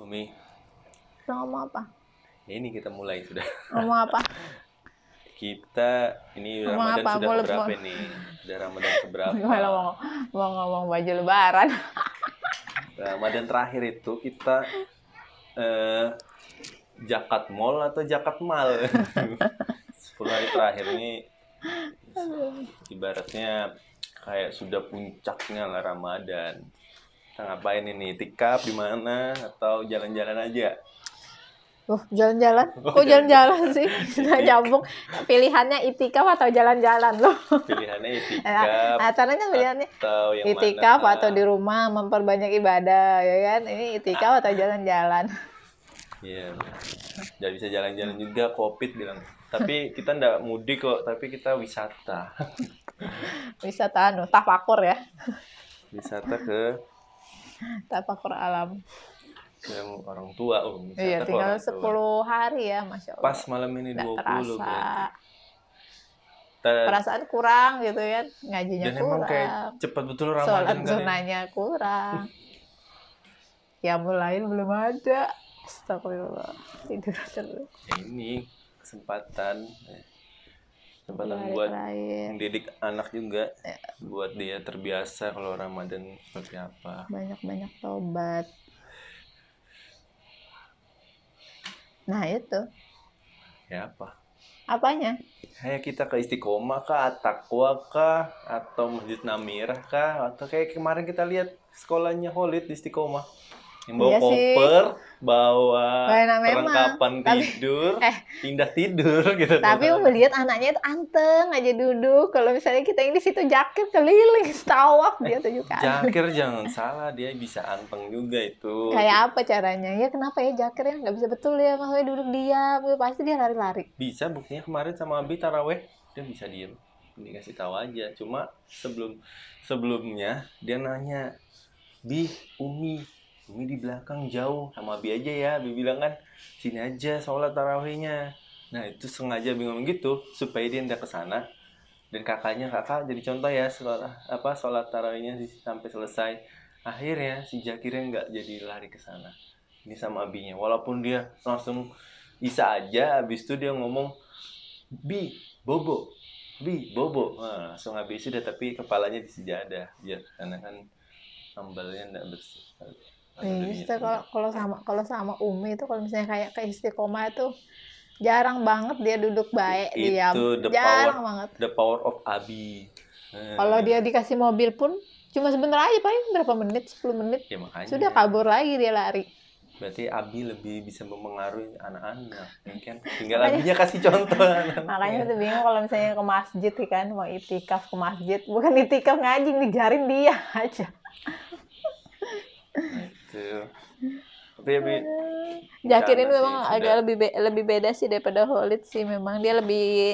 Umi, Udah ngomong apa? ini kita mulai sudah. Ngomong apa? Kita ini Ngomong Ramadan apa? sudah Mulut keberapa mau. nih? Sudah Ramadan keberapa? Gimana mau ngomong baju lebaran? Ramadan terakhir itu kita zakat mall atau zakat mal? 10 hari terakhir ini ibaratnya kayak sudah puncaknya lah Ramadan. Kita ngapain ini? Tikap di mana atau jalan-jalan aja? Jalan-jalan? Oh, Kok jalan-jalan. jalan-jalan sih? Sudah nyambung. Pilihannya itikaf atau jalan-jalan loh. Pilihannya itikaf Acaranya kan pilihannya atau yang itikaf mana? atau di rumah memperbanyak ibadah, ya kan? Ini itikaf atau jalan-jalan? Iya, nggak bisa jalan-jalan juga, COVID bilang. Tapi kita nggak mudik kok, tapi kita wisata. Wisata tafakur ya. Wisata ke Tafakur alam. orang tua. Wisata Iya, ke tinggal orang tua. 10 hari ya, Masya Allah. Pas malam ini Nggak 20 terasa. berarti. Perasaan kurang gitu kan, ngajinya Dan kurang, emang kayak cepat betul sholat Ramadan kali. sunahnya kurang, ya mulai belum ada. Astagfirullah, tidur terus. Ya, ini kesempatan Hari buat terakhir. mendidik anak juga, buat dia terbiasa kalau Ramadan seperti apa. Banyak-banyak tobat. Nah itu, Ya apa? apanya? Kayak kita ke Istiqomah kah, At-Taqwa kah, atau Masjid Namirah kah, atau kayak kemarin kita lihat sekolahnya Khalid di Istiqomah yang bawa Iya sih. koper, bawa Enak memang. perlengkapan tidur, pindah tidur gitu. Tapi melihat anaknya itu anteng aja duduk. Kalau misalnya kita ini situ jakir keliling, tawaf dia 7 kali. Jakir jangan salah, dia bisa anteng juga itu. Kayak apa caranya? Ya kenapa ya jakir ya nggak bisa betul ya, maksudnya duduk diam, pasti dia lari-lari. Bisa, buktinya kemarin sama Abi taraweh dia bisa diem, dikasih tahu aja. Cuma sebelumnya dia nanya, Bi, Umi di belakang jauh, sama Abi aja ya. Abi bilang kan sini aja sholat tarawihnya. Nah itu sengaja bingung gitu supaya dia ndak kesana. Dan kakak jadi contoh ya, sholat tarawihnya sampai selesai. Akhirnya si Jakirnya nggak jadi lari ke sana. Ini sama Abinya, walaupun dia langsung bisa aja. Habis itu dia ngomong, Bi, bobo. Nah, langsung habis sudah, tapi kepalanya di sejadah biar karena kan ambalnya nggak bersih. Bisa kalau sama Umi itu, kalau misalnya kayak ke Istiqomah itu jarang banget dia duduk baik diam. Jarang banget. The power of Abi. Kalau dia dikasih mobil pun cuma sebentar aja, paling berapa menit, 10 menit. Ya, makanya. Sudah kabur lagi dia lari. Berarti Abi lebih bisa memengaruhi anak-anak, kan? Tinggal Abinya kasih contoh. Makanya tuh bingung kalau misalnya ke masjid kan, mau itikaf ke masjid, bukan itikaf ngaji, ngejarin dia aja. Itu. Tapi Jakir ini memang agak lebih beda sih daripada Khalid sih. Memang dia lebih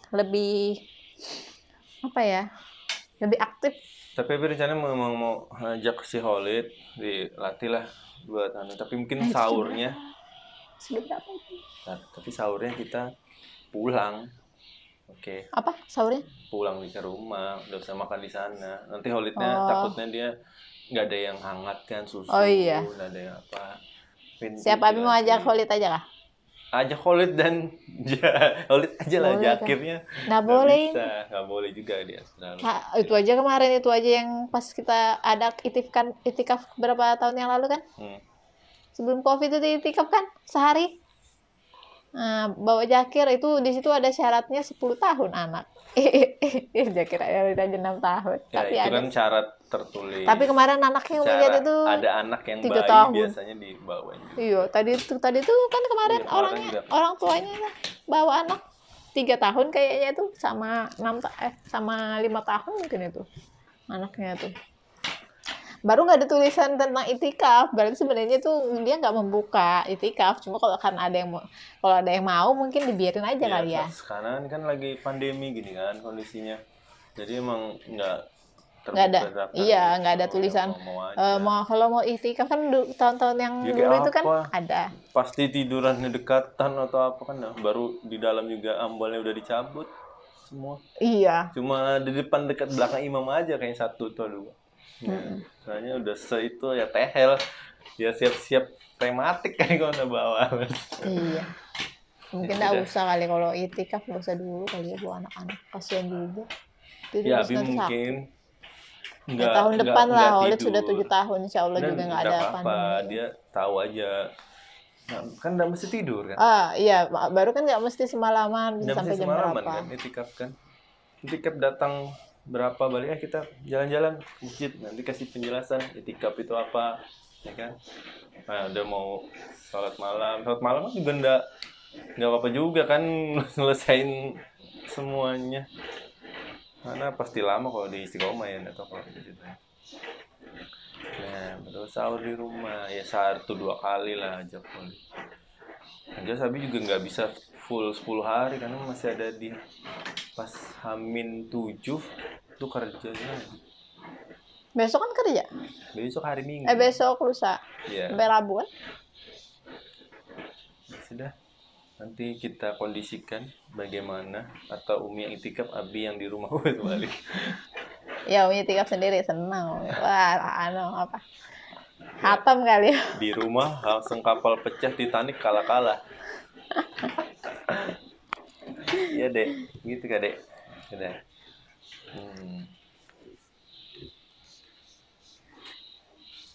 apa ya? Lebih aktif. Tapi rencananya mau ajak si Khalid dilatih lah buat tapi mungkin sahurnya sudah berapa itu? Tapi sahurnya kita pulang. Oke. Apa sahurnya? Pulang ke rumah, udah usah makan di sana. Nanti Khalidnya takutnya dia nggak ada yang hangat kan, susu. Oh iya. Nggak ada yang apa. Siapa Abi mau ajak Khalid aja kah? Ajak Khalid dan Khalid aja lah, Jakirnya. Nggak boleh. Nggak boleh juga dia. Itu aja kemarin, itu aja yang pas kita ada itikaf berapa tahun yang lalu kan? Sebelum COVID itu itikaf kan sehari. Nah, bawa Jakir itu di situ ada syaratnya 10 tahun anak. Jakir aja 6 tahun. Ya, tapi itu ada kan syarat tertulis. Tapi kemarin anaknya menjadi itu ada anak yang 3 bayi tahun. biasanya dibawa juga. Iya, tadi tuh kan kemarin orang tuanya bawa anak 3 tahun kayaknya itu sama 5 tahun mungkin itu anaknya tuh. Baru nggak ada tulisan tentang itikaf, berarti sebenarnya tuh dia nggak membuka itikaf, cuma kalau ada yang mau mungkin dibiarin aja kali ya. Sekarang kan lagi pandemi gini kan kondisinya, jadi emang nggak ada. Iya, nggak ada tulisan kalau mau itikaf kan tahun-tahun yang dulu itu kan ada. Pasti tidurannya dekatan atau apa kan, baru di dalam juga ambalnya udah dicabut semua. Iya. Cuma di depan dekat belakang imam aja kayak 1 atau 2. Soalnya udah itu ya tehel. Ya siap-siap tematik kan kalau udah bawa. Iya. Mungkin nggak usah kali kalau itikaf, nggak usah dulu kali ya buat anak-anak, kasihan juga. Tidur Ya di Abi sana tuh mungkin sakit. Ya tahun depan nggak lah, Oled sudah tidur. 7 tahun, insya Allah Dan juga nggak nggak ada apa-apa, pandemi. dia tahu aja. Nah, kan nggak mesti tidur kan? Iya, baru kan nggak mesti semalaman, bisa Nggak mesti sampai jam semalaman berapa. kan itikaf kan? Itikaf datang berapa balik kita jalan-jalan ke masjid, nanti kasih penjelasan itikaf itu apa, ya kan? Nah, udah mau sholat malam kan juga nggak apa-apa juga kan selesain semuanya. Karena pasti lama kalau di istiqomah ya, atau kalau gitu. Nah, terus sahur di rumah ya 1-2 kali lah aja pun. Aja Sabi juga nggak bisa full 10 hari karena masih ada di pas Hamin 7 tuh kerjanya. Besok kan kerja? Besok hari Minggu. Besok lusa. Ya. Sampai Rabu kan? Sudah. Nanti kita kondisikan bagaimana, atau Umi yang itikaf, Abi yang di rumah balik. Ya Umi itikaf sendiri senang. Wah, apa? Hatam kali ya. Di rumah langsung kapal pecah Titanic kalah-kalah. Iya dek, gitu kak dek. Udah.